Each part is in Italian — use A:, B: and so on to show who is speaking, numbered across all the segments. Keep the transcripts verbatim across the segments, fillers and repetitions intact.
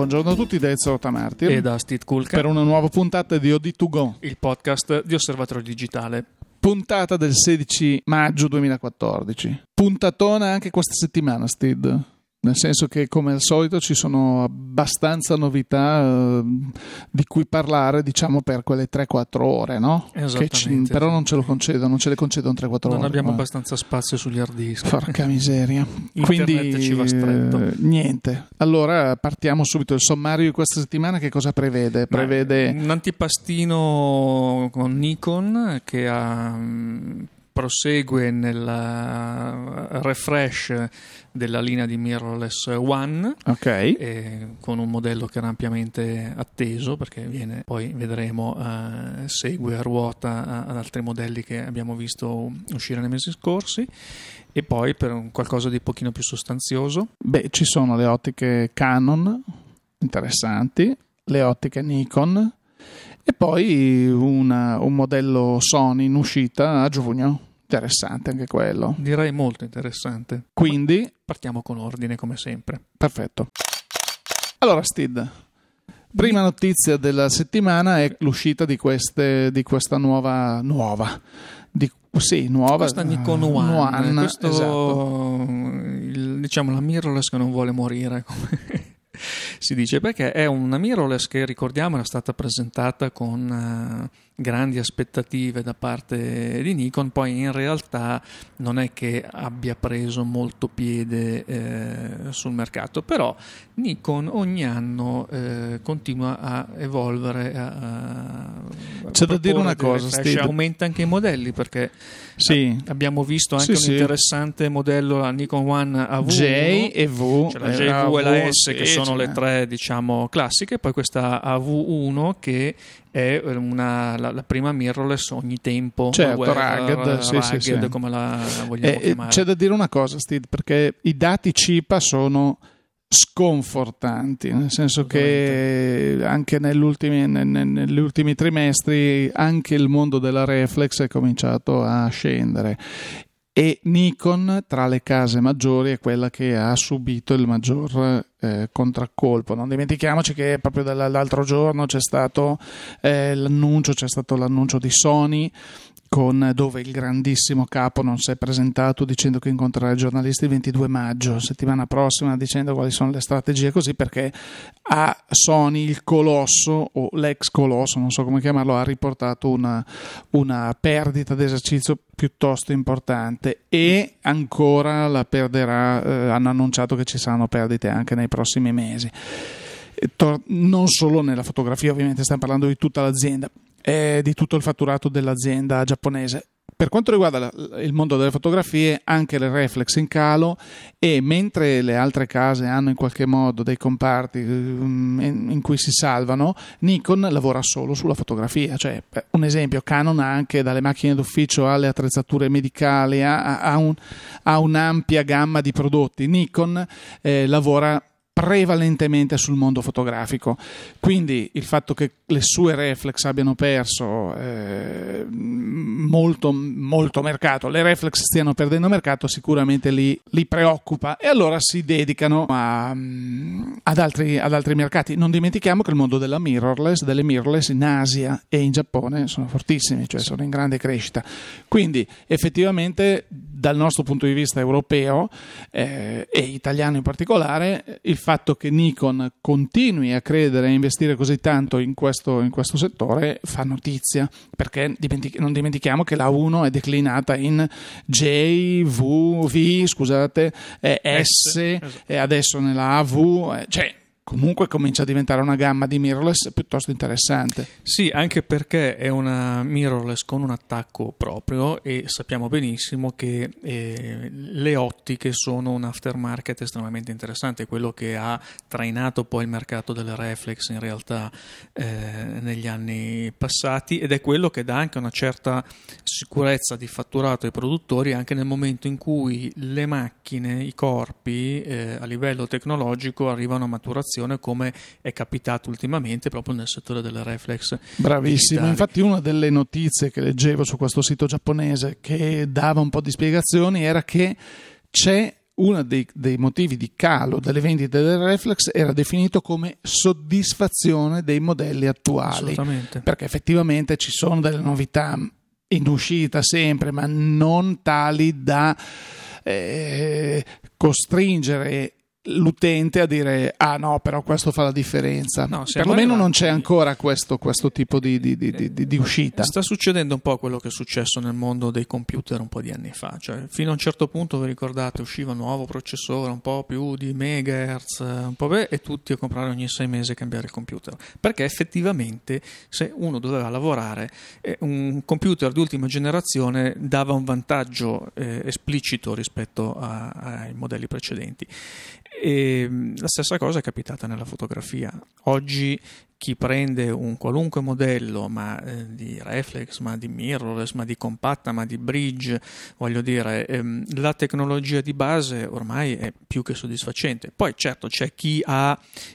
A: Buongiorno a tutti da Ezio Tamartir
B: e da Steve Kulka
A: per una nuova puntata di O D due Go,
B: il podcast di Osservatorio Digitale.
A: Puntata del sedici maggio duemilaquattordici. Puntatona anche questa settimana, Steve. Nel senso che, come al solito, ci sono abbastanza novità eh, di cui parlare, diciamo, per quelle tre quattro ore, no?
B: Esattamente.
A: Che ci, però non ce lo concedono, non ce le concedono tre quattro ore.
B: Non abbiamo
A: ma...
B: abbastanza spazio sugli hard disk.
A: Porca miseria.
B: Internet
A: Quindi
B: ci va stretto.
A: Eh, niente. Allora partiamo subito. Il sommario di questa settimana che cosa prevede? Prevede
B: Ma un antipastino con Nikon che ha... prosegue nel refresh della linea di mirrorless One,
A: okay.
B: eh, con un modello che era ampiamente atteso, perché viene, poi vedremo, eh, segue a ruota ad altri modelli che abbiamo visto uscire nei mesi scorsi. E poi per un qualcosa di pochino più sostanzioso,
A: beh, ci sono le ottiche Canon interessanti, le ottiche Nikon e poi una, un modello Sony in uscita a giugno. Interessante anche quello.
B: Direi molto interessante.
A: Quindi
B: partiamo con ordine, come sempre.
A: Perfetto. Allora, Steve, prima notizia della settimana è l'uscita di queste di questa nuova nuova di sì, nuova
B: questa Nikon One,
A: One
B: questo,
A: esatto.
B: il, diciamo la mirrorless che non vuole morire, come si dice, perché è una mirrorless che, ricordiamo, era stata presentata con uh, grandi aspettative da parte di Nikon. Poi in realtà non è che abbia preso molto piede eh, sul mercato, però Nikon ogni anno eh, continua a evolvere, a, a
A: c'è da dire una cosa, Steve.
B: Aumenta anche i modelli, perché
A: sì.
B: abbiamo visto anche
A: sì,
B: un
A: sì.
B: interessante modello, la Nikon One A V uno,
A: J e V,
B: cioè la J V e la S,
A: sì,
B: che sono le tre, diciamo, classiche, poi questa A V uno che è una, la, la prima mirrorless ogni tempo,
A: certo,
B: wear,
A: rugged, sì,
B: rugged
A: sì, sì.
B: come la vogliamo
A: eh,
B: chiamare.
A: C'è da dire una cosa, Steve, perché i dati C I P A sono sconfortanti, nel senso che anche negli ultimi, negli ultimi trimestri anche il mondo della reflex è cominciato a scendere. E Nikon, tra le case maggiori, è quella che ha subito il maggior eh, contraccolpo. Non dimentichiamoci che proprio dall'altro giorno c'è stato eh, l'annuncio, c'è stato l'annuncio di Sony, con dove il grandissimo capo non si è presentato dicendo che incontrerà i giornalisti il ventidue maggio, settimana prossima, dicendo quali sono le strategie, così, perché a Sony il colosso o l'ex colosso, non so come chiamarlo, ha riportato una, una perdita d'esercizio piuttosto importante e ancora la perderà. Eh, hanno annunciato che ci saranno perdite anche nei prossimi mesi, non solo nella fotografia, ovviamente stiamo parlando di tutta l'azienda, eh, di tutto il fatturato dell'azienda giapponese. Per quanto riguarda la, il mondo delle fotografie, anche le reflex in calo, e mentre le altre case hanno in qualche modo dei comparti um, in, in cui si salvano, Nikon lavora solo sulla fotografia. Cioè, un esempio, Canon ha anche dalle macchine d'ufficio alle attrezzature medicali, ha, ha, un, ha un'ampia gamma di prodotti. Nikon eh, lavora prevalentemente sul mondo fotografico, quindi il fatto che le sue reflex abbiano perso eh, molto, molto mercato, le reflex stiano perdendo mercato, sicuramente li, li preoccupa, e allora si dedicano a, ad, altri, ad altri mercati. Non dimentichiamo che il mondo della mirrorless, delle mirrorless in Asia e in Giappone sono fortissimi, cioè sono in grande crescita, quindi effettivamente dal nostro punto di vista europeo eh, e italiano in particolare, il fatto che Nikon continui a credere e investire così tanto in questo, in questo settore fa notizia, perché dimentic- non dimentichiamo che la uno è declinata in J, V, V, scusate, eh, S, S e adesso nella A V, eh, cioè comunque comincia a diventare una gamma di mirrorless piuttosto interessante.
B: Sì, anche perché è una mirrorless con un attacco proprio, e sappiamo benissimo che eh, le ottiche sono un aftermarket estremamente interessante, quello che ha trainato poi il mercato delle reflex in realtà eh, negli anni passati, ed è quello che dà anche una certa sicurezza di fatturato ai produttori, anche nel momento in cui le macchine, i corpi eh, a livello tecnologico arrivano a maturazione, come è capitato ultimamente proprio nel settore delle reflex.
A: Bravissimo,
B: digitali.
A: Infatti una delle notizie che leggevo su questo sito giapponese che dava un po' di spiegazioni era che c'è uno dei, dei motivi di calo delle vendite del reflex era definito come soddisfazione dei modelli attuali.
B: Assolutamente.
A: Perché effettivamente ci sono delle novità in uscita sempre, ma non tali da eh, costringere l'utente a dire ah no, però questo fa la differenza.
B: No,
A: perlomeno
B: arrivati.
A: Non c'è ancora questo, questo tipo di, di, di, di, di uscita.
B: Sta succedendo un po' quello che è successo nel mondo dei computer un po' di anni fa, cioè fino a un certo punto, vi ricordate, usciva un nuovo processore un po' più di megahertz, un po' beh, e tutti a comprare ogni sei mesi e cambiare il computer, perché effettivamente se uno doveva lavorare eh, un computer di ultima generazione dava un vantaggio eh, esplicito rispetto a, ai modelli precedenti. E la stessa cosa è capitata nella fotografia. Oggi chi prende un qualunque modello, ma eh, di reflex, ma di mirrorless, ma di compatta, ma di bridge, voglio dire, ehm, la tecnologia di base ormai è più che soddisfacente. Poi certo c'è chi ha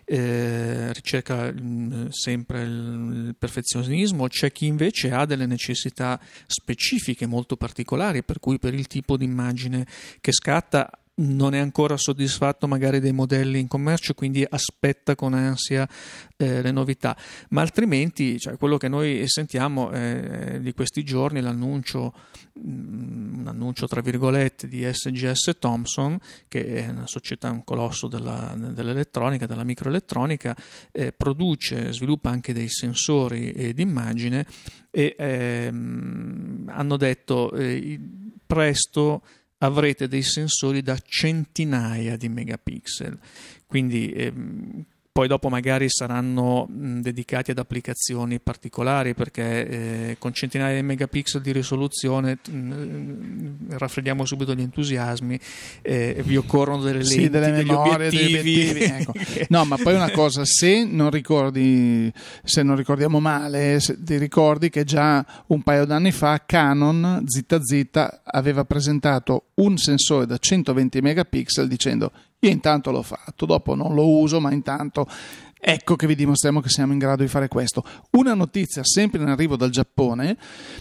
B: eh, ricerca mh, sempre il, il perfezionismo, c'è chi invece ha delle necessità specifiche molto particolari, per cui per il tipo di immagine che scatta non è ancora soddisfatto magari dei modelli in commercio, quindi aspetta con ansia eh, le novità, ma altrimenti cioè, quello che noi sentiamo eh, di questi giorni, l'annuncio mh, un annuncio tra virgolette di S G S Thomson, che è una società, un colosso della, dell'elettronica, della microelettronica, eh, produce, sviluppa anche dei sensori eh, d'immagine e ehm, hanno detto eh, presto avrete dei sensori da centinaia di megapixel, quindi ehm, poi dopo magari saranno mh, dedicati ad applicazioni particolari, perché eh, con centinaia di megapixel di risoluzione mh, raffreddiamo subito gli entusiasmi, eh, vi occorrono delle lenti,
A: sì, delle
B: degli
A: memorie,
B: obiettivi,
A: degli obiettivi ecco. No, ma poi una cosa, se non ricordi, se non ricordiamo male, se ti ricordi che già un paio d'anni fa Canon Z Z aveva presentato un sensore da centoventi megapixel dicendo io intanto l'ho fatto, dopo non lo uso, ma intanto ecco che vi dimostriamo che siamo in grado di fare questo. Una notizia sempre in arrivo dal Giappone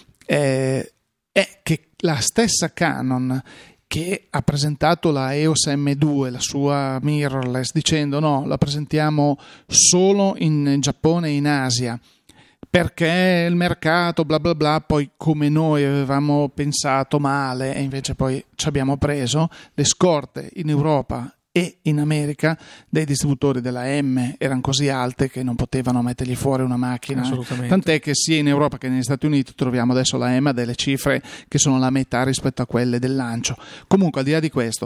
A: eh, è che la stessa Canon, che ha presentato la E O S M due, la sua mirrorless, dicendo no, la presentiamo solo in Giappone e in Asia, perché il mercato bla bla bla, poi come noi avevamo pensato male e invece poi ci abbiamo preso, le scorte in Europa e in America dei distributori della M erano così alte che non potevano mettergli fuori una macchina, tant'è che sia in Europa che negli Stati Uniti troviamo adesso la M a delle cifre che sono la metà rispetto a quelle del lancio. Comunque, al di là di questo,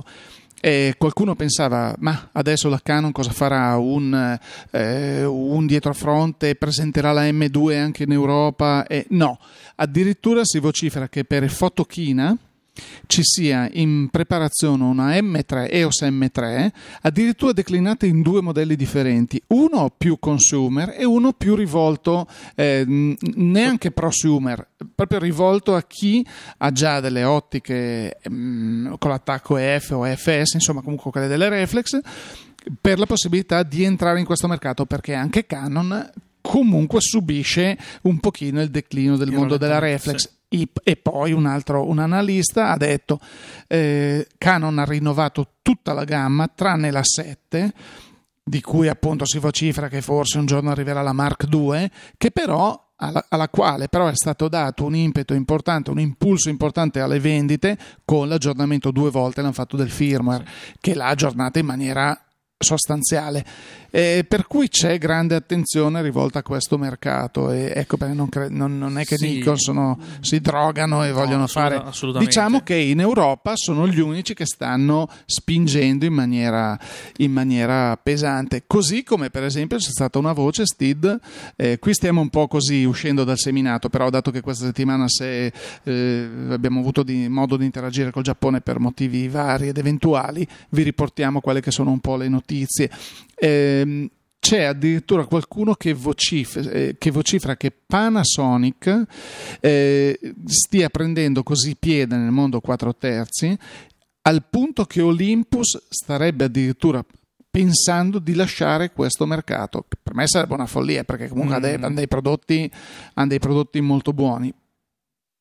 A: e qualcuno pensava ma adesso la Canon cosa farà, un, eh, un dietrofront, presenterà la M due anche in Europa? E no, addirittura si vocifera che per Photokina ci sia in preparazione una M tre, E O S M tre, addirittura declinata in due modelli differenti, uno più consumer e uno più rivolto eh, neanche prosumer, proprio rivolto a chi ha già delle ottiche mh, con l'attacco E F o E F S, insomma comunque quelle delle reflex, per la possibilità di entrare in questo mercato, perché anche Canon comunque subisce un pochino il declino del mondo della reflex. Sì. E poi un altro un analista ha detto eh, Canon ha rinnovato tutta la gamma tranne la sette, di cui appunto si vocifera che forse un giorno arriverà la Mark due, che però alla, alla quale però è stato dato un impeto importante, un impulso importante alle vendite con l'aggiornamento due volte l'hanno fatto del firmware, che l'ha aggiornata in maniera sostanziale, eh, per cui c'è grande attenzione rivolta a questo mercato e ecco perché non, cre- non, non è che sì. Nikon sono, si drogano e no, vogliono assolut- fare assolutamente. Diciamo che in Europa sono gli unici che stanno spingendo in maniera, in maniera pesante, così come per esempio c'è stata una voce Steed, eh, qui stiamo un po' così uscendo dal seminato, però dato che questa settimana se, eh, abbiamo avuto di, modo di interagire col Giappone per motivi vari ed eventuali, vi riportiamo quelle che sono un po' le notizie. Eh, c'è addirittura qualcuno che vocifera, eh, che vocifera che Panasonic eh, stia prendendo così piede nel mondo quattro terzi al punto che Olympus starebbe addirittura pensando di lasciare questo mercato. Per me sarebbe una follia, perché comunque mm. hanno dei prodotti, hanno dei prodotti molto buoni.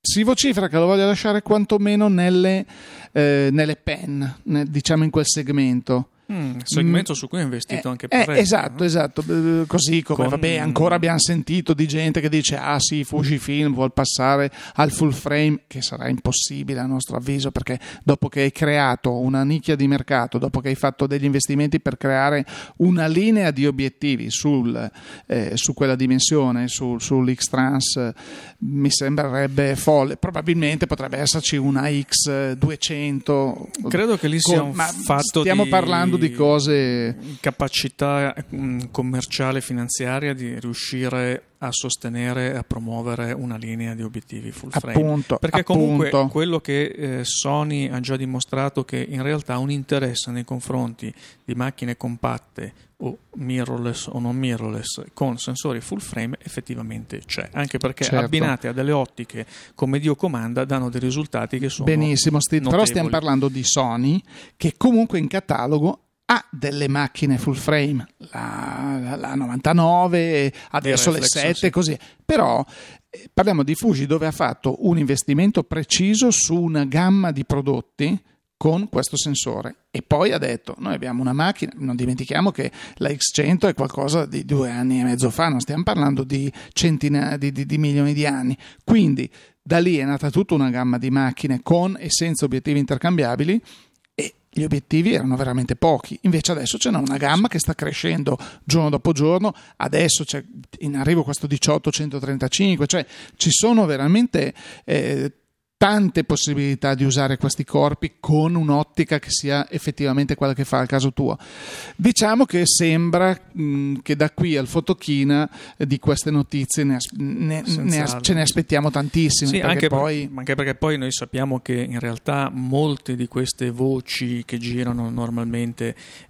A: si vocifera che lo voglia lasciare quantomeno nelle, eh, nelle pen, nel, diciamo in quel segmento.
B: Mm, segmento mm, su cui ha investito
A: eh,
B: anche parecchio.
A: Eh, esatto,
B: no?
A: esatto. Così come
B: Con...
A: vabbè, ancora abbiamo sentito di gente che dice ah sì, Fujifilm vuol passare al full frame, che sarà impossibile a nostro avviso, perché dopo che hai creato una nicchia di mercato, dopo che hai fatto degli investimenti per creare una linea di obiettivi sul, eh, su quella dimensione, sul, sull'X-Trans, mi sembrerebbe folle. Probabilmente potrebbe esserci una X duecento.
B: Credo che lì sia
A: con,
B: un fatto
A: stiamo
B: di...
A: parlando di cose,
B: capacità commerciale finanziaria di riuscire a sostenere e a promuovere una linea di obiettivi full frame,
A: appunto,
B: perché
A: appunto.
B: comunque quello che eh, Sony ha già dimostrato che in realtà ha un interesse nei confronti di macchine compatte o mirrorless o non mirrorless con sensori full frame effettivamente c'è, anche perché
A: certo.
B: abbinate a delle ottiche come Dio comanda danno dei risultati che sono
A: benissimo, Steve,
B: notevoli.
A: però stiamo parlando di Sony che comunque in catalogo ha delle macchine full frame, la, la, la novantanove, adesso le sette, sì. Così. Però eh, parliamo di Fuji dove ha fatto un investimento preciso su una gamma di prodotti con questo sensore e poi ha detto noi abbiamo una macchina, non dimentichiamo che la X cento è qualcosa di due anni e mezzo fa, non stiamo parlando di centinaia di, di, di milioni di anni, quindi da lì è nata tutta una gamma di macchine con e senza obiettivi intercambiabili. Gli obiettivi erano veramente pochi, invece adesso c'è una gamma che sta crescendo giorno dopo giorno, adesso c'è in arrivo questo diciotto centotrentacinque, cioè ci sono veramente eh, tante possibilità di usare questi corpi con un'ottica che sia effettivamente quella che fa al caso tuo. Diciamo che sembra mh, che da qui al Fotochina eh, di queste notizie ne, ne, ne as- ce ne aspettiamo tantissime.
B: Sì,
A: perché
B: anche,
A: poi...
B: per, anche perché poi noi sappiamo che in realtà molte di queste voci che girano normalmente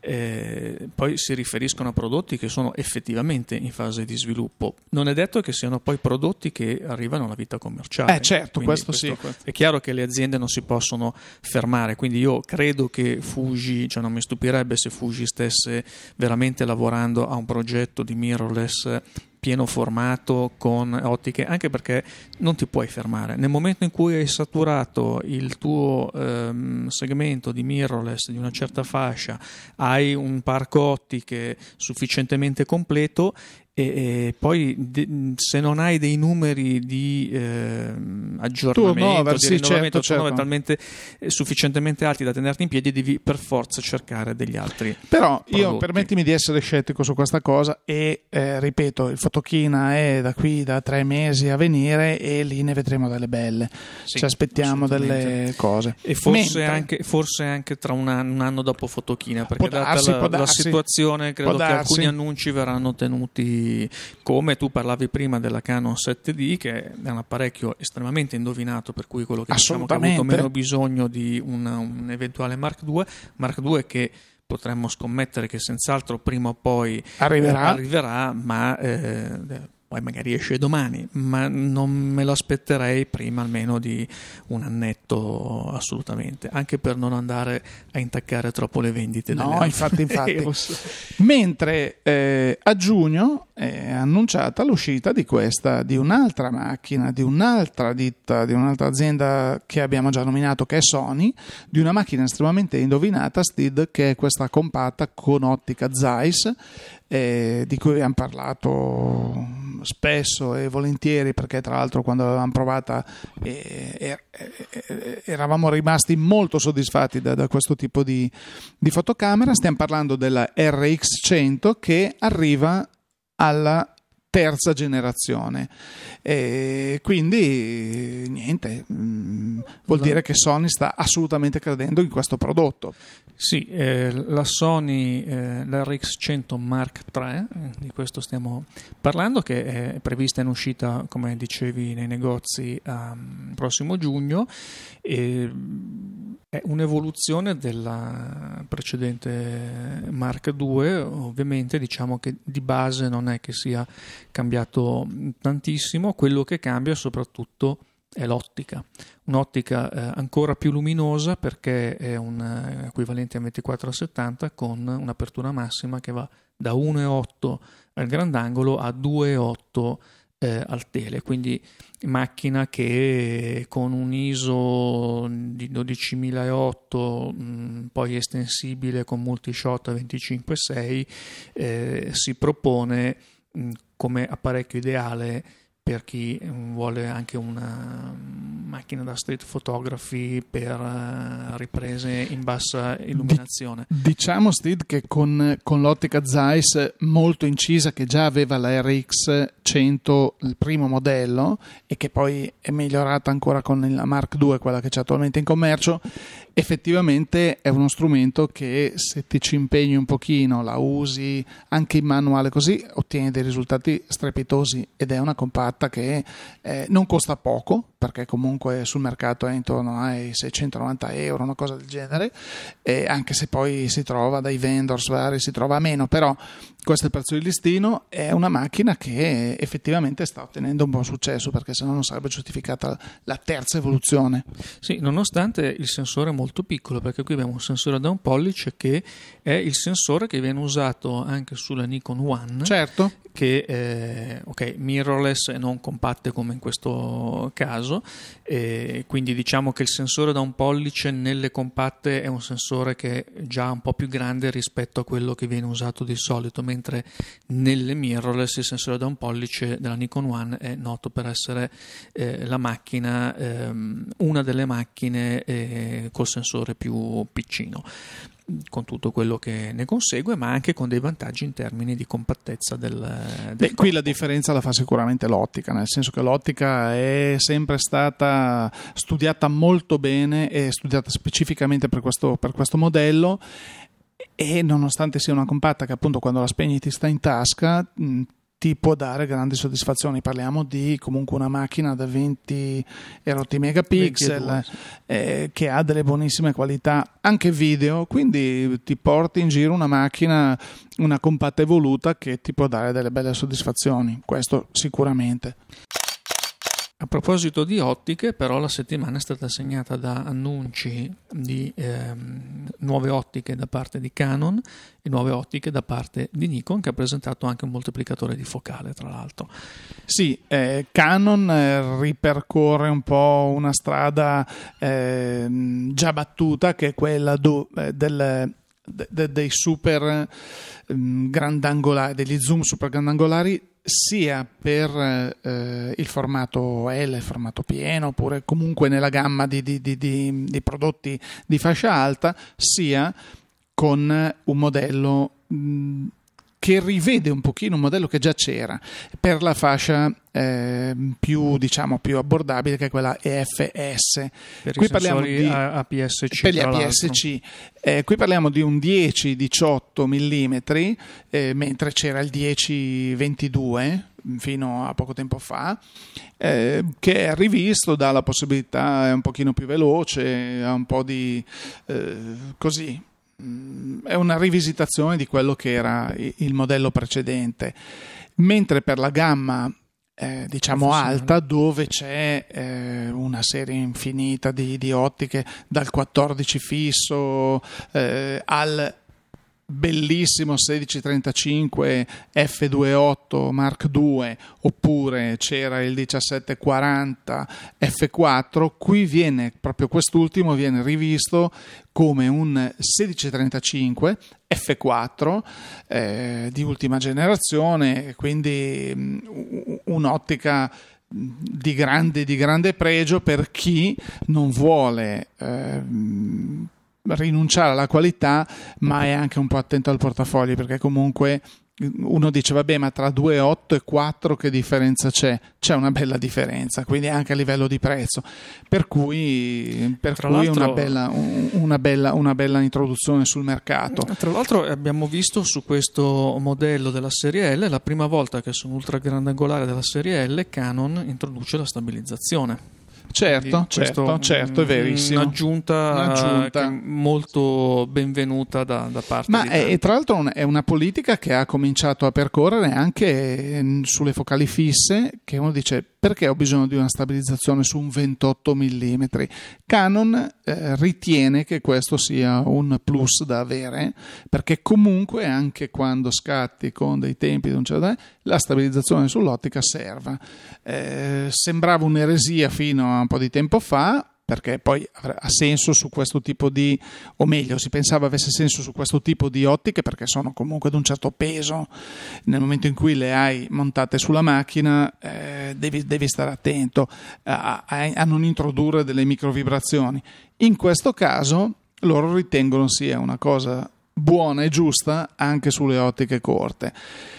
B: eh, poi si riferiscono a prodotti che sono effettivamente in fase di sviluppo. Non è detto che siano poi prodotti che arrivano alla vita commerciale.
A: Eh certo,
B: Quindi
A: questo, questo sì.
B: È chiaro che le aziende non si possono fermare, quindi io credo che Fuji, cioè non mi stupirebbe se Fuji stesse veramente lavorando a un progetto di mirrorless pieno formato con ottiche, anche perché non ti puoi fermare. Nel momento in cui hai saturato il tuo ehm, segmento di mirrorless di una certa fascia, hai un parco ottiche sufficientemente completo e, e poi de, se non hai dei numeri di eh, aggiornamento, di
A: sì,
B: rinnovamento
A: certo, certo.
B: talmente eh, sufficientemente alti da tenerti in piedi, devi per forza cercare degli altri
A: però
B: prodotti.
A: Io permettimi di essere scettico su questa cosa e eh, ripeto, il Fotochina è da qui da tre mesi a venire e lì ne vedremo delle belle,
B: sì,
A: ci aspettiamo delle cose
B: e forse,
A: Mentre... anche,
B: forse anche tra un anno, un anno dopo Fotochina, perché
A: può
B: data
A: darsi,
B: la,
A: può
B: la
A: darsi,
B: situazione credo
A: può
B: che
A: darsi.
B: Alcuni annunci verranno tenuti, come tu parlavi prima della Canon sette D, che è un apparecchio estremamente indovinato, per cui quello che diciamo che ha avuto meno bisogno di un, un eventuale Mark due Mark due che potremmo scommettere che senz'altro prima o poi
A: arriverà,
B: eh, arriverà ma eh, poi magari esce domani, ma non me lo aspetterei prima almeno di un annetto assolutamente, anche per non andare a intaccare troppo le vendite.
A: No, infatti, infatti. Mentre eh, a giugno è annunciata l'uscita di questa, di un'altra macchina, di un'altra ditta, di un'altra azienda che abbiamo già nominato, che è Sony, di una macchina estremamente indovinata, Steed, che è questa compatta con ottica Zeiss, eh, di cui abbiamo parlato spesso e volentieri, perché tra l'altro quando l'avevamo provata eh, eh, eh, eravamo rimasti molto soddisfatti da, da questo tipo di, di fotocamera. Stiamo parlando della R X cento che arriva alla terza generazione e quindi niente, mh, vuol dire che Sony sta assolutamente credendo in questo prodotto.
B: Sì, eh, la Sony, eh, la R X cento Mark tre, eh, di questo stiamo parlando, che è prevista in uscita, come dicevi, nei negozi um, prossimo giugno, e è un'evoluzione della precedente Mark due. Ovviamente diciamo che di base non è che sia cambiato tantissimo, quello che cambia soprattutto è l'ottica, un'ottica eh, ancora più luminosa, perché è un eh, equivalente a ventiquattro a settanta con un'apertura massima che va da uno virgola otto al grandangolo a due virgola otto eh, al tele, quindi macchina che con un I S O di dodicimilaotto, mh, poi estensibile con multishot a venticinque sei, eh, si propone mh, come apparecchio ideale per chi vuole anche una macchina da street photography per uh, riprese in bassa illuminazione.
A: Diciamo, Steve, che con, con l'ottica Zeiss molto incisa, che già aveva la R X cento, il primo modello, e che poi è migliorata ancora con la Mark due, quella che c'è attualmente in commercio, effettivamente è uno strumento che, se ti ci impegni un pochino, la usi anche in manuale così, ottieni dei risultati strepitosi, ed è una compatta che eh, non costa poco, perché comunque sul mercato è intorno ai seicentonovanta euro, una cosa del genere, e anche se poi si trova dai vendors vari, si trova a meno, però questo è il prezzo di listino. È una macchina che effettivamente sta ottenendo un buon successo, perché sennò non sarebbe giustificata la terza evoluzione.
B: Sì, nonostante il sensore è molto piccolo, perché qui abbiamo un sensore da un pollice che è il sensore che viene usato anche sulla Nikon One.
A: Certo.
B: Che eh, ok, mirrorless e non compatte come in questo caso, eh, quindi diciamo che il sensore da un pollice nelle compatte è un sensore che è già un po' più grande rispetto a quello che viene usato di solito, mentre nelle mirrorless il sensore da un pollice della Nikon One è noto per essere eh, la macchina, ehm, una delle macchine eh, col sensore più piccino, con tutto quello che ne consegue, ma anche con dei vantaggi in termini di compattezza del, del
A: Beh, qui la differenza la fa sicuramente l'ottica, nel senso che l'ottica è sempre stata studiata molto bene e studiata specificamente per questo, per questo modello, e nonostante sia una compatta che appunto quando la spegni ti sta in tasca, mh, ti può dare grandi soddisfazioni. Parliamo di comunque una macchina da venti e rotti megapixel, eh, che ha delle buonissime qualità anche video, quindi ti porti in giro una macchina, una compatta evoluta che ti può dare delle belle soddisfazioni, questo sicuramente.
B: A proposito di ottiche, però, la settimana è stata segnata da annunci di ehm, nuove ottiche da parte di Canon e nuove ottiche da parte di Nikon, che ha presentato anche un moltiplicatore di focale, tra l'altro.
A: Sì, eh, Canon eh, ripercorre un po' una strada eh, già battuta, che è quella do, eh, del, de, de, dei super eh, grandangolari, degli zoom super grandangolari, sia per eh, il formato L, il formato pieno, oppure comunque nella gamma di, di, di, di, di prodotti di fascia alta, sia con un modello mh, che rivede un pochino un modello che già c'era per la fascia eh, più, diciamo, più abbordabile, che è quella E F S.
B: Per
A: qui
B: i
A: parliamo di
B: A P S C,
A: per gli A P S C. Eh, qui parliamo di un dieci diciotto millimetri, eh, mentre c'era il dieci ventidue fino a poco tempo fa, eh, che è rivisto, dà la possibilità, è un pochino più veloce, ha un po' di eh, così. È una rivisitazione di quello che era il modello precedente, mentre per la gamma eh, diciamo alta, dove c'è eh, una serie infinita di, di ottiche, dal quattordici fisso eh, al bellissimo sedici trentacinque F ventotto Mark due, oppure c'era il diciassette quaranta F quattro, qui viene proprio quest'ultimo viene rivisto come un sedici trentacinque F quattro eh, di ultima generazione, quindi mh, un'ottica di grande, di grande pregio per chi non vuole eh, rinunciare alla qualità, ma è anche un po' attento al portafoglio, perché comunque uno dice vabbè, ma tra due virgola otto e quattro che differenza c'è? C'è una bella differenza, quindi anche a livello di prezzo, per cui, per
B: tra
A: cui
B: l'altro,
A: una, bella, una, bella, una bella introduzione sul mercato.
B: Tra l'altro abbiamo visto su questo modello della serie L, la prima volta che su un ultra grandangolare della serie L Canon introduce la stabilizzazione.
A: Certo, certo, certo, è verissimo.
B: Un'aggiunta, un'aggiunta. molto benvenuta da, da parte
A: Ma
B: di
A: è, e tra l'altro è una politica che ha cominciato a percorrere anche sulle focali fisse, che uno dice perché ho bisogno di una stabilizzazione su un ventotto millimetri? Canon eh, ritiene che questo sia un plus da avere, perché comunque anche quando scatti con dei tempi di un certo, la stabilizzazione sull'ottica serve. Eh, sembrava un'eresia fino a un po' di tempo fa, perché poi ha senso su questo tipo di, o meglio, si pensava avesse senso su questo tipo di ottiche, perché sono comunque ad un certo peso. Nel momento in cui le hai montate sulla macchina eh, devi, devi stare attento a, a, a non introdurre delle microvibrazioni. In questo caso loro ritengono sia una cosa buona e giusta anche sulle ottiche corte.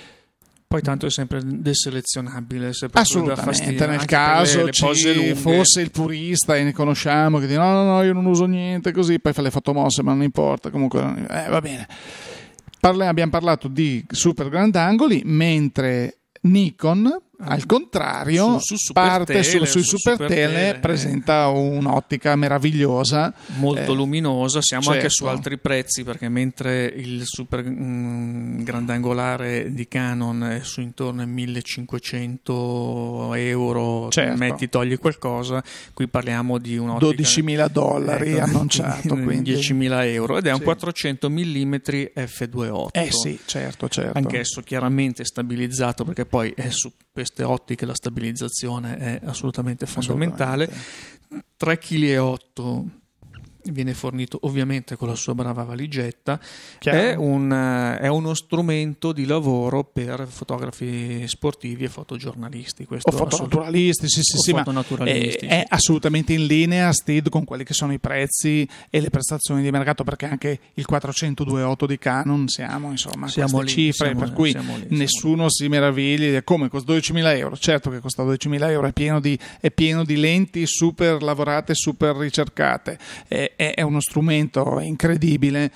B: Poi tanto è sempre deselezionabile, se
A: assolutamente, nel caso le, le ci fosse il purista e ne conosciamo che dice no no no io non uso niente così, poi fa le fotomosse ma non importa, comunque eh, va bene. Parle, abbiamo parlato di super grandangoli, mentre Nikon al contrario
B: su, su
A: parte
B: tele,
A: su, sui
B: su
A: super,
B: super
A: tele,
B: tele
A: presenta un'ottica meravigliosa,
B: molto
A: eh,
B: luminosa. Siamo
A: certo.
B: anche su altri prezzi, perché mentre il super mh, grandangolare di Canon è su intorno ai millecinquecento euro,
A: certo.
B: metti togli qualcosa, qui parliamo di un'ottica
A: dodicimila dollari
B: ecco,
A: annunciato, quindi
B: diecimila euro, ed è un
A: sì.
B: quattrocento millimetri effe due virgola otto.
A: Eh sì, certo, certo.
B: Anch'esso chiaramente stabilizzato, perché poi è su queste ottiche la stabilizzazione è assolutamente fondamentale.
A: Assolutamente.
B: tre virgola otto chili viene fornito ovviamente con la sua brava valigetta. È, un, è uno strumento di lavoro per fotografi sportivi e fotogiornalisti. Questo
A: o fotonaturalisti, sì, sì,
B: o
A: sì,
B: fotonaturalisti,
A: ma è,
B: sì.
A: è assolutamente in linea Steed con quelli che sono i prezzi e le prestazioni di mercato, perché anche il quattrocento due virgola otto di Canon siamo insomma a
B: siamo
A: queste
B: lì,
A: cifre,
B: siamo,
A: per cui
B: siamo lì,
A: nessuno si meravigli come costa dodicimila euro. Certo che costa dodicimila euro, è pieno di, è pieno di lenti super lavorate, super ricercate, è, è, è uno strumento incredibile,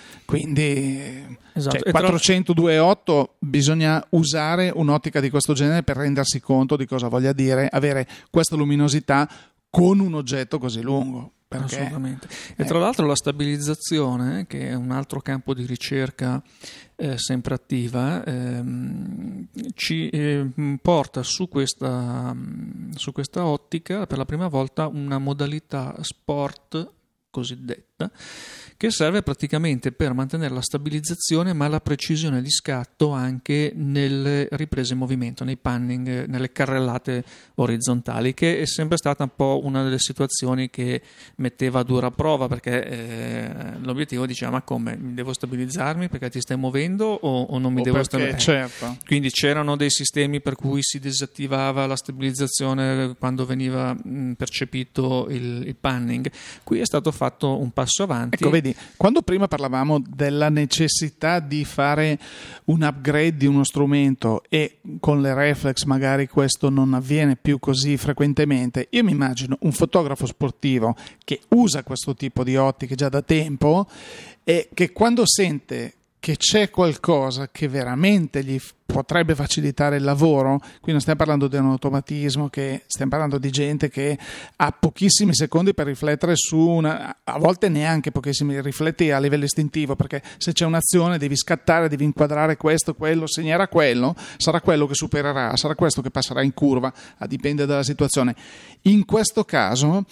A: quindi
B: esatto.
A: cioè, quattrocento due virgola otto bisogna usare un'ottica di questo genere per rendersi conto di cosa voglia dire avere questa luminosità con un oggetto così lungo. Perché,
B: assolutamente. E tra eh. l'altro la stabilizzazione, che è un altro campo di ricerca eh, sempre attiva, ehm, ci eh, porta su questa, su questa ottica per la prima volta una modalità sport cosiddetta, che serve praticamente per mantenere la stabilizzazione ma la precisione di scatto anche nelle riprese in movimento, nei panning, nelle carrellate orizzontali, che è sempre stata un po' una delle situazioni che metteva a dura prova, perché eh, l'obiettivo diceva ma come, devo stabilizzarmi perché ti stai muovendo o, o non mi
A: o
B: devo
A: stabilizzare? Certo.
B: Quindi c'erano dei sistemi per cui si disattivava la stabilizzazione quando veniva mh, percepito il, il panning. Qui è stato fatto un passo avanti.
A: Ecco, vedi, quando prima parlavamo della necessità di fare un upgrade di uno strumento e con le reflex magari questo non avviene più così frequentemente, io mi immagino un fotografo sportivo che usa questo tipo di ottiche già da tempo e che quando sente che c'è qualcosa che veramente gli potrebbe facilitare il lavoro, qui non stiamo parlando di un automatismo, che stiamo parlando di gente che ha pochissimi secondi per riflettere su una, a volte neanche pochissimi, rifletti a livello istintivo, perché se c'è un'azione devi scattare, devi inquadrare questo, quello, segnare a quello, sarà quello che supererà, sarà questo che passerà in curva, a dipende dalla situazione. In questo caso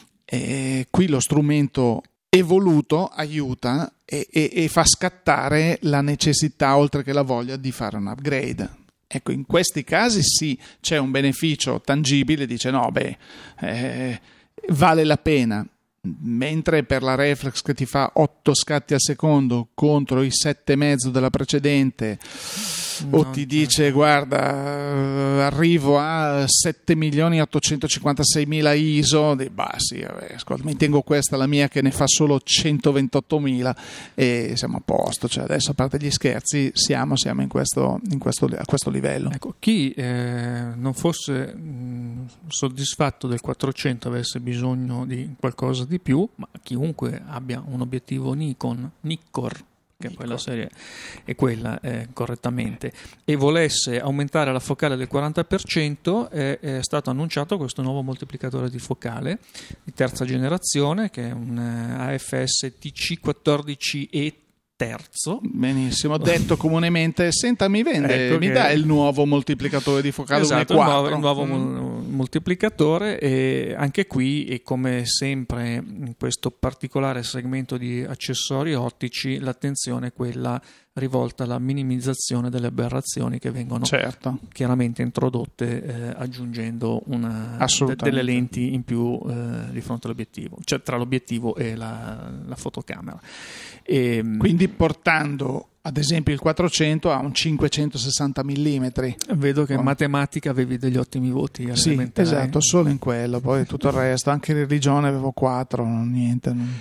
A: eh, qui lo strumento evoluto aiuta e, e, e fa scattare la necessità, oltre che la voglia, di fare un upgrade. Ecco, in questi casi sì, c'è un beneficio tangibile, dice no, beh, eh, vale la pena. Mentre per la reflex che ti fa otto scatti al secondo contro i sette e mezzo della precedente, no, o ti dice certo. guarda arrivo a sette milioni ottocentocinquantaseimila I S O, di, bah sì, vabbè, ascolta, mi tengo questa, la mia che ne fa solo centoventottomila e siamo a posto. Cioè adesso, a parte gli scherzi, siamo, siamo in questo, in questo, a questo livello.
B: Ecco, chi eh, non fosse mh, soddisfatto del quattrocento, avesse bisogno di qualcosa di più, ma chiunque abbia un obiettivo Nikon, Nikkor, che Nikkor. Poi la serie è quella eh, correttamente, e volesse aumentare la focale del quaranta per cento, è, è stato annunciato questo nuovo moltiplicatore di focale di terza generazione, che è un uh, A F S T C quattordici E terzo.
A: Benissimo, detto comunemente, senta, mi vende,
B: Ecco
A: mi
B: che-
A: dà il nuovo moltiplicatore di focale
B: Esatto, il nuovo, il nuovo
A: uno virgola quattro.
B: mol- moltiplicatore, e anche qui, e come sempre in questo particolare segmento di accessori ottici, l'attenzione è quella rivolta alla minimizzazione delle aberrazioni che vengono
A: Certo,
B: chiaramente introdotte eh, aggiungendo una, de-
A: Assolutamente.
B: delle lenti in più eh, di fronte all'obiettivo, cioè tra l'obiettivo e la, la fotocamera. E,
A: quindi portando ad esempio il quattrocento a un cinquecentosessanta millimetri.
B: vedo che in
A: Oh.
B: matematica avevi degli ottimi voti alle
A: Sì,
B: elementari.
A: esatto, solo in quello, poi tutto il resto, anche religione avevo quattro, non niente. non-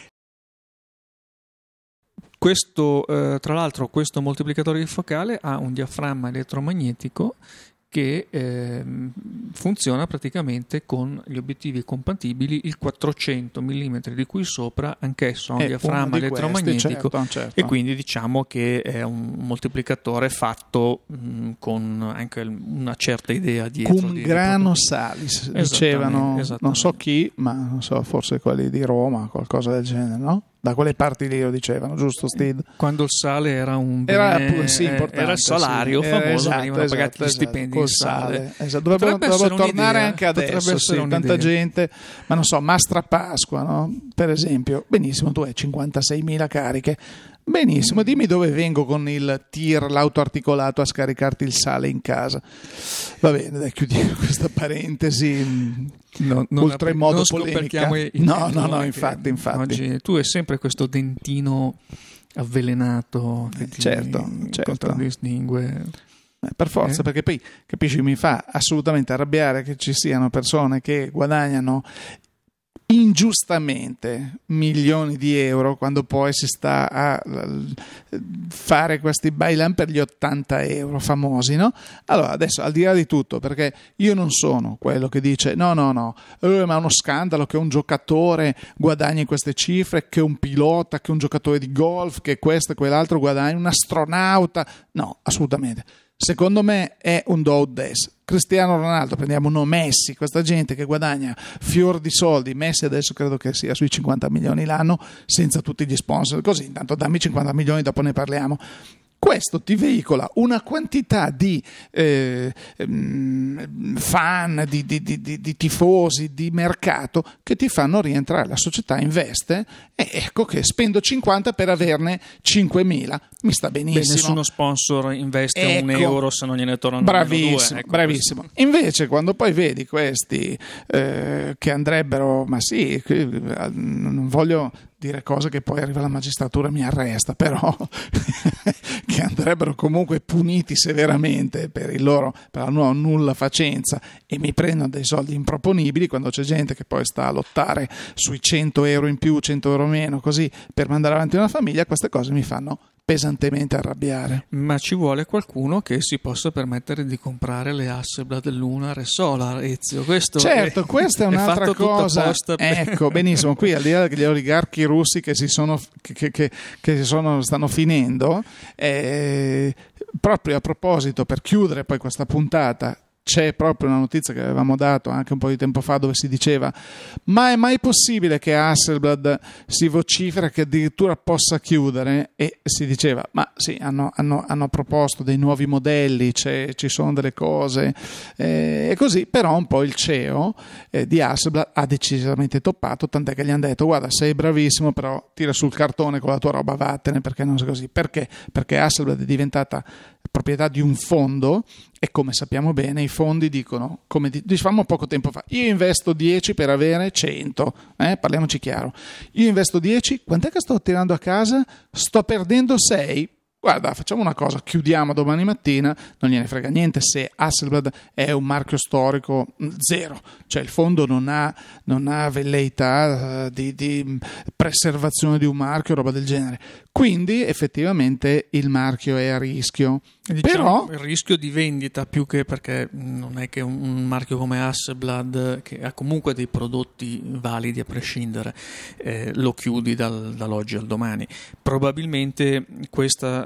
B: Questo, eh, tra l'altro, questo moltiplicatore di focale ha un diaframma elettromagnetico che ehm, funziona praticamente con gli obiettivi compatibili, il quattrocento millimetri di cui sopra anch'esso ha un
A: È
B: diaframma
A: uno di questi,
B: elettromagnetico,
A: certo, certo.
B: e quindi diciamo che è un moltiplicatore fatto mh, con anche una certa idea dietro.
A: Cum
B: di- di
A: grano
B: proprio-
A: salis,
B: Esattamente,
A: dicevano, non
B: esattamente.
A: so chi, ma non so, forse quelli di Roma, qualcosa del genere, no? Da quelle parti lì lo dicevano, giusto Steve?
B: Quando il sale era un
A: Era,
B: bene,
A: pu- sì,
B: eh,
A: importante,
B: era il salario
A: sì. Era-
B: famoso,
A: esatto,
B: venivano
A: esatto,
B: pagati gli
A: esatto,
B: stipendi
A: col
B: in sale.
A: Esatto. Dovrebbero,
B: Potrebbe
A: dovrebbero
B: essere
A: tornare
B: un'idea,
A: anche
B: potrebbe
A: adesso,
B: essere
A: sì, tanta
B: un'idea.
A: gente, ma non so, Mastra Pasqua, no? Per esempio, benissimo, tu hai cinquantaseimila cariche, benissimo, dimmi dove vengo con il tir, l'auto articolato, a scaricarti il sale in casa. Va bene, dai, chiudiamo questa parentesi.
B: No, non
A: oltremodo
B: non
A: polemica.
B: scoperchiamo i-
A: No,
B: i-
A: no, no,
B: che
A: infatti, infatti.
B: Oggi tu hai sempre questo dentino avvelenato che
A: Eh,
B: ti
A: certo, certo.
B: contraddistingue.
A: Eh, Per forza,
B: Eh?
A: perché poi capisci, mi fa assolutamente arrabbiare che ci siano persone che guadagnano ingiustamente milioni di euro quando poi si sta a l- fare questi bailan per gli ottanta euro famosi, no? Allora adesso, al di là di tutto, perché io non sono quello che dice no no no eh, ma è uno scandalo che un giocatore guadagni queste cifre, che un pilota, che un giocatore di golf, che questo e quell'altro guadagni, un astronauta, no, assolutamente. Secondo me è un do ut des. Cristiano Ronaldo, prendiamo uno Messi, questa gente che guadagna fior di soldi. Messi adesso credo che sia sui cinquanta milioni l'anno, senza tutti gli sponsor, così intanto dammi cinquanta milioni, dopo ne parliamo. Questo ti veicola una quantità di eh, ehm, fan, di, di, di, di, di tifosi, di mercato che ti fanno rientrare. La società investe e ecco che spendo cinquanta per averne cinquemila. Mi sta
B: Beh,
A: benissimo.
B: nessuno sponsor investe un
A: Ecco.
B: euro se non gliene tornano almeno
A: Bravissimo,
B: due. Ecco,
A: bravissimo. Invece, quando poi vedi questi eh, che andrebbero, ma sì, qui, eh, non voglio dire cose che poi arriva la magistratura e mi arresta, però che andrebbero comunque puniti severamente per il loro per la loro nulla facenza, e mi prendono dei soldi improponibili, quando c'è gente che poi sta a lottare sui cento euro in più, cento euro meno, così per mandare avanti una famiglia, queste cose mi fanno pesantemente arrabbiare.
B: Ma ci vuole qualcuno che si possa permettere di comprare le Hasselblad Lunar e Solar, Ezio. Questo
A: Certo,
B: è,
A: questa è un'altra
B: fatto tutto
A: cosa.
B: apposta per-
A: Ecco, benissimo, qui al di là degli oligarchi russi che si sono che, che, che, che si sono, stanno finendo, eh, proprio a proposito, per chiudere poi questa puntata, c'è proprio una notizia che avevamo dato anche un po' di tempo fa, dove si diceva: ma è mai possibile che Hasselblad si vocifera che addirittura possa chiudere? E si diceva: ma sì, hanno, hanno, hanno proposto dei nuovi modelli, c'è, ci sono delle cose eh, e così, però un po' il C E O eh, di Hasselblad ha decisamente toppato, tant'è che gli hanno detto: guarda, sei bravissimo, però tira sul cartone con la tua roba, vattene, perché non sei così. Perché? Perché Hasselblad è diventata proprietà di un fondo, e come sappiamo bene i fondi dicono, come dicevamo poco tempo fa, io investo dieci per avere cento, eh? Parliamoci chiaro, io investo dieci, quant'è che sto tirando a casa? Sto perdendo sei. Guarda, facciamo una cosa, chiudiamo domani mattina, non gliene frega niente se Hasselblad è un marchio storico, zero, cioè il fondo non ha, non ha velleità uh, di, di preservazione di un marchio, roba del genere, quindi effettivamente il marchio è a rischio.
B: Diciamo,
A: Però
B: il rischio di vendita, più che perché non è che un, un marchio come Hasselblad, che ha comunque dei prodotti validi a prescindere, eh, lo chiudi dal, dall'oggi al domani. Probabilmente questa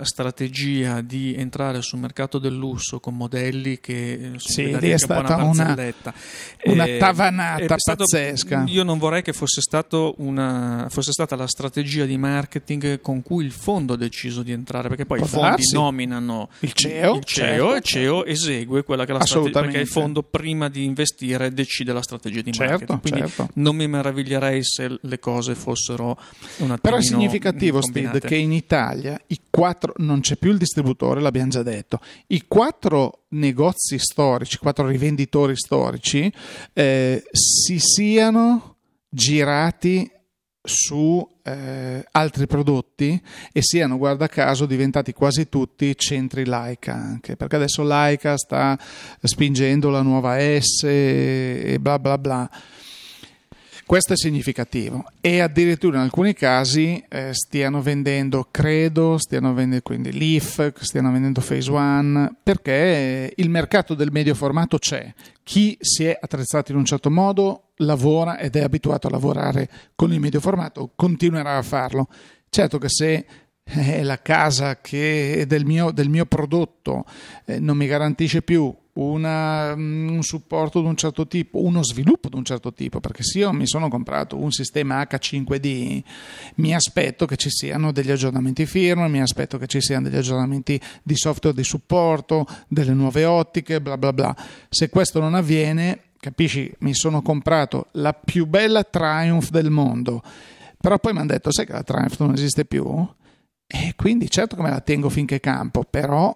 B: strategia di entrare sul mercato del lusso con modelli che
A: sì, è stata una, una, una tavanata
B: stato,
A: pazzesca.
B: Io non vorrei che fosse, stato una, fosse stata la strategia di marketing con cui il fondo ha deciso di entrare, perché poi Può i fondi darsi. nominano
A: il C E O,
B: il C E O
A: certo.
B: e il C E O esegue quella che è la strategia, perché il fondo prima di investire decide la strategia di marketing.
A: Certo,
B: Quindi
A: certo.
B: non mi meraviglierei se le cose fossero un attimino
A: Però è significativo,
B: combinate.
A: Steve, che in Italia i quattro, non c'è più il distributore, l'abbiamo già detto, i quattro negozi storici, quattro rivenditori storici eh, si siano girati su eh, altri prodotti e siano, guarda caso, diventati quasi tutti centri Leica, anche perché adesso Leica sta spingendo la nuova S e bla bla bla. Questo è significativo, e addirittura in alcuni casi eh, stiano vendendo, credo, stiano vendendo quindi Leaf, stiano vendendo Phase One, perché il mercato del medio formato c'è. Chi si è attrezzato in un certo modo lavora ed è abituato a lavorare con il medio formato, continuerà a farlo. Certo che se eh, la casa che del mio, del mio prodotto eh, non mi garantisce più Una, un supporto di un certo tipo, uno sviluppo di un certo tipo, perché se io mi sono comprato un sistema H cinque D, mi aspetto che ci siano degli aggiornamenti firmware, mi aspetto che ci siano degli aggiornamenti di software di supporto, delle nuove ottiche, bla bla bla. Se questo non avviene, capisci, mi sono comprato la più bella Triumph del mondo, però poi mi hanno detto, sai che la Triumph non esiste più? E quindi certo che me la tengo finché campo, però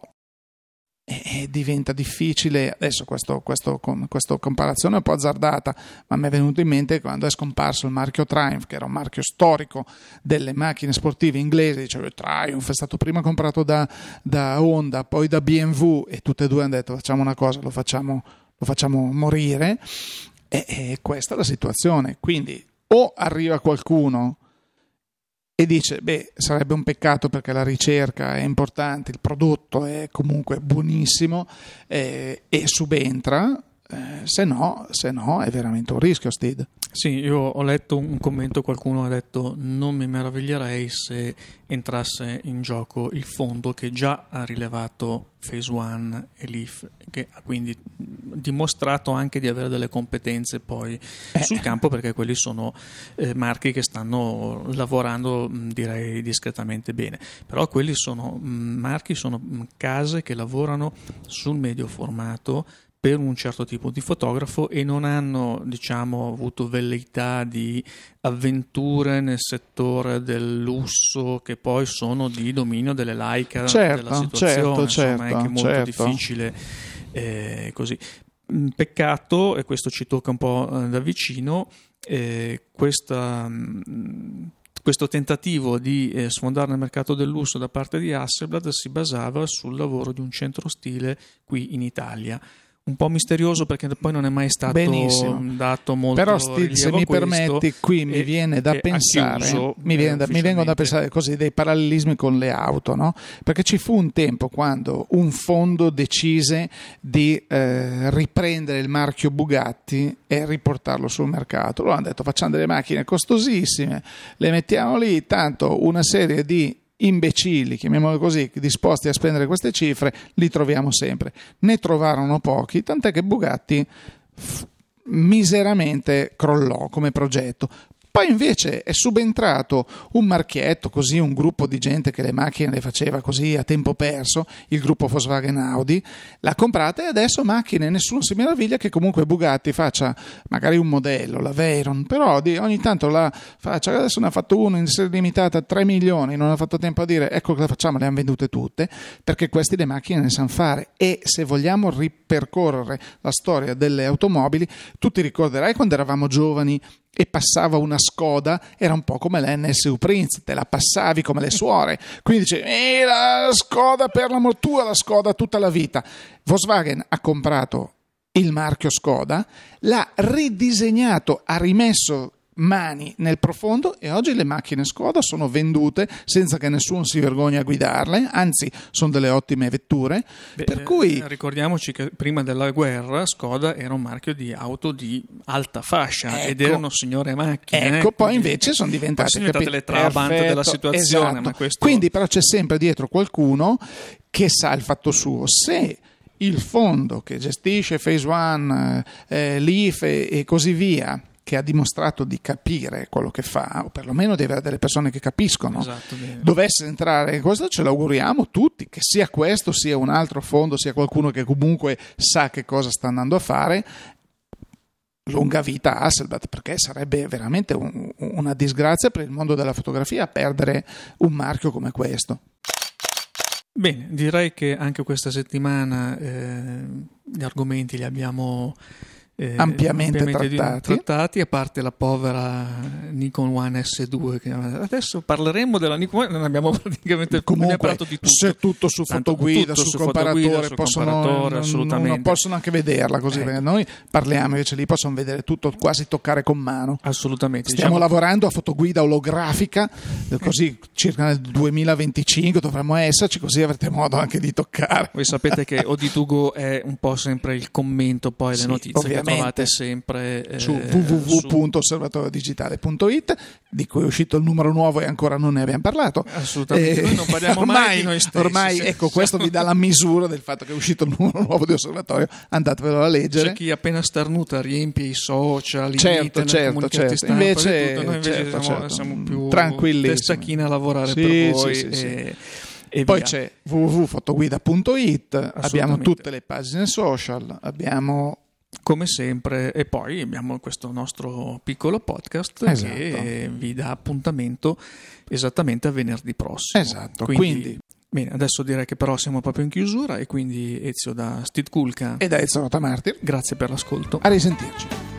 A: e diventa difficile. Adesso questo, questo, questa comparazione è un po' azzardata, ma mi è venuto in mente quando è scomparso il marchio Triumph, che era un marchio storico delle macchine sportive inglesi. Dicevo, Triumph è stato prima comprato da, da Honda, poi da B M W, e tutte e due hanno detto facciamo una cosa, lo facciamo, lo facciamo morire, e, e questa è la situazione. Quindi o arriva qualcuno e dice, beh, sarebbe un peccato perché la ricerca è importante, il prodotto è comunque buonissimo, eh, e subentra, eh, se no, se no è veramente un rischio, Steve.
B: Sì, io ho letto un commento, qualcuno ha detto non mi meraviglierei se entrasse in gioco il fondo che già ha rilevato Phase One e Leaf, che ha quindi dimostrato anche di avere delle competenze poi eh. sul campo, perché quelli sono eh, marchi che stanno lavorando, direi, discretamente bene. Però quelli sono mh, marchi, sono mh, case che lavorano sul medio formato per un certo tipo di fotografo e non hanno, diciamo, avuto velleità di avventure nel settore del lusso che poi sono di dominio delle Leica,
A: certo,
B: della situazione,
A: certo,
B: insomma è anche molto
A: certo.
B: difficile eh, così. Peccato, e questo ci tocca un po' da vicino, eh, questa mh, questo tentativo di eh, sfondare il mercato del lusso da parte di Hasselblad si basava sul lavoro di un centro stile qui in Italia. Un po' misterioso perché poi non è mai stato
A: Benissimo.
B: dato molto
A: però Steve, se mi permetti, qui mi viene da pensare
B: chiuso,
A: mi, viene da, mi vengono da pensare così dei parallelismi con le auto, no? Perché ci fu un tempo quando un fondo decise di eh, riprendere il marchio Bugatti e riportarlo sul mercato. Loro hanno detto facciamo delle macchine costosissime, le mettiamo lì, tanto una serie di imbecilli, chiamiamolo così, disposti a spendere queste cifre li troviamo sempre. Ne trovarono pochi, tant'è che Bugatti f- miseramente crollò come progetto. Poi invece è subentrato un marchietto, così un gruppo di gente che le macchine le faceva così a tempo perso, il gruppo Volkswagen Audi, l'ha comprata e adesso macchine, nessuno si meraviglia che comunque Bugatti faccia magari un modello, la Veyron, però di, ogni tanto la faccia, adesso ne ha fatto uno in serie limitata a tre milioni, non ha fatto tempo a dire ecco cosa facciamo, le hanno vendute tutte, perché questi le macchine ne sanno fare. E se vogliamo ripercorrere la storia delle automobili, tu ti ricorderai quando eravamo giovani e passava una Skoda, era un po' come l'N S U Prince, te la passavi come le suore, quindi dicevi eh, la Skoda per l'amor tua, la Skoda tutta la vita. Volkswagen ha comprato il marchio Skoda, l'ha ridisegnato, ha rimesso mani nel profondo, e oggi le macchine Skoda sono vendute senza che nessuno si vergogni a guidarle, anzi sono delle ottime vetture.
B: Beh,
A: per cui
B: ricordiamoci che prima della guerra Skoda era un marchio di auto di alta fascia,
A: ecco,
B: ed erano signore macchine.
A: Ecco,
B: eh?
A: poi invece sono diventate,
B: sono diventate
A: capi-
B: le Trabant
A: perfetto,
B: della situazione.
A: esatto.
B: Ma questo...
A: Quindi però c'è sempre dietro qualcuno che sa il fatto suo. Se il fondo che gestisce Phase One, eh, l'I F E e così via, che ha dimostrato di capire quello che fa, o perlomeno di avere delle persone che capiscono,
B: esatto,
A: dovesse entrare in questo, ce l'auguriamo tutti, che sia questo, sia un altro fondo, sia qualcuno che comunque sa che cosa sta andando a fare. Lunga vita a Hasselblad, perché sarebbe veramente un, una disgrazia per il mondo della fotografia perdere un marchio come questo.
B: Bene, direi che anche questa settimana eh, gli argomenti li abbiamo Eh,
A: ampiamente,
B: ampiamente
A: trattati.
B: trattati, a parte la povera Nikon One S due, che adesso parleremo della Nikon One, non abbiamo praticamente
A: comunque
B: parlato di tutto.
A: Se tutto su
B: Tanto,
A: fotoguida,
B: tutto
A: su,
B: su
A: comparatore,
B: fotoguida, su
A: possono,
B: comparatore,
A: non,
B: assolutamente.
A: non possono anche vederla così,
B: ecco.
A: Perché noi parliamo invece lì possono vedere tutto, quasi toccare con mano.
B: Assolutamente.
A: Stiamo
B: diciamo...
A: lavorando a fotoguida olografica, così circa nel duemilaventicinque dovremmo esserci, così avrete modo anche di toccare.
B: Voi sapete che O D due Go è un po' sempre il commento, poi
A: sì,
B: le notizie
A: ovviamente.
B: che trovate sempre Eh,
A: su w w w punto osservatorio digitale punto i t, di cui è uscito il numero nuovo e ancora non ne abbiamo parlato.
B: Assolutamente, eh, noi non parliamo
A: ormai,
B: mai di noi stessi.
A: Ormai, ecco, questo vi dà la misura del fatto che è uscito il numero nuovo di Osservatorio, andatevelo a leggere.
B: C'è chi appena starnuta riempie i social,
A: certo,
B: i internet,
A: certo,
B: comunicati
A: certo.
B: stampa,
A: Invece,
B: tutto. Noi invece
A: certo,
B: siamo,
A: certo.
B: siamo più
A: tranquillissimi,
B: testa china a lavorare
A: sì,
B: per voi.
A: sì, sì,
B: e,
A: sì.
B: e
A: Poi
B: via.
A: c'è w w w punto fotoguida punto i t, abbiamo tutte le pagine social, abbiamo
B: come sempre, e poi abbiamo questo nostro piccolo podcast,
A: esatto,
B: che vi dà appuntamento esattamente a venerdì prossimo.
A: Esatto,
B: quindi,
A: quindi
B: bene, adesso direi che però siamo proprio in chiusura, e quindi Ezio da Steve Kulka
A: e da Ezio Rotamartir,
B: grazie per l'ascolto.
A: a risentirci.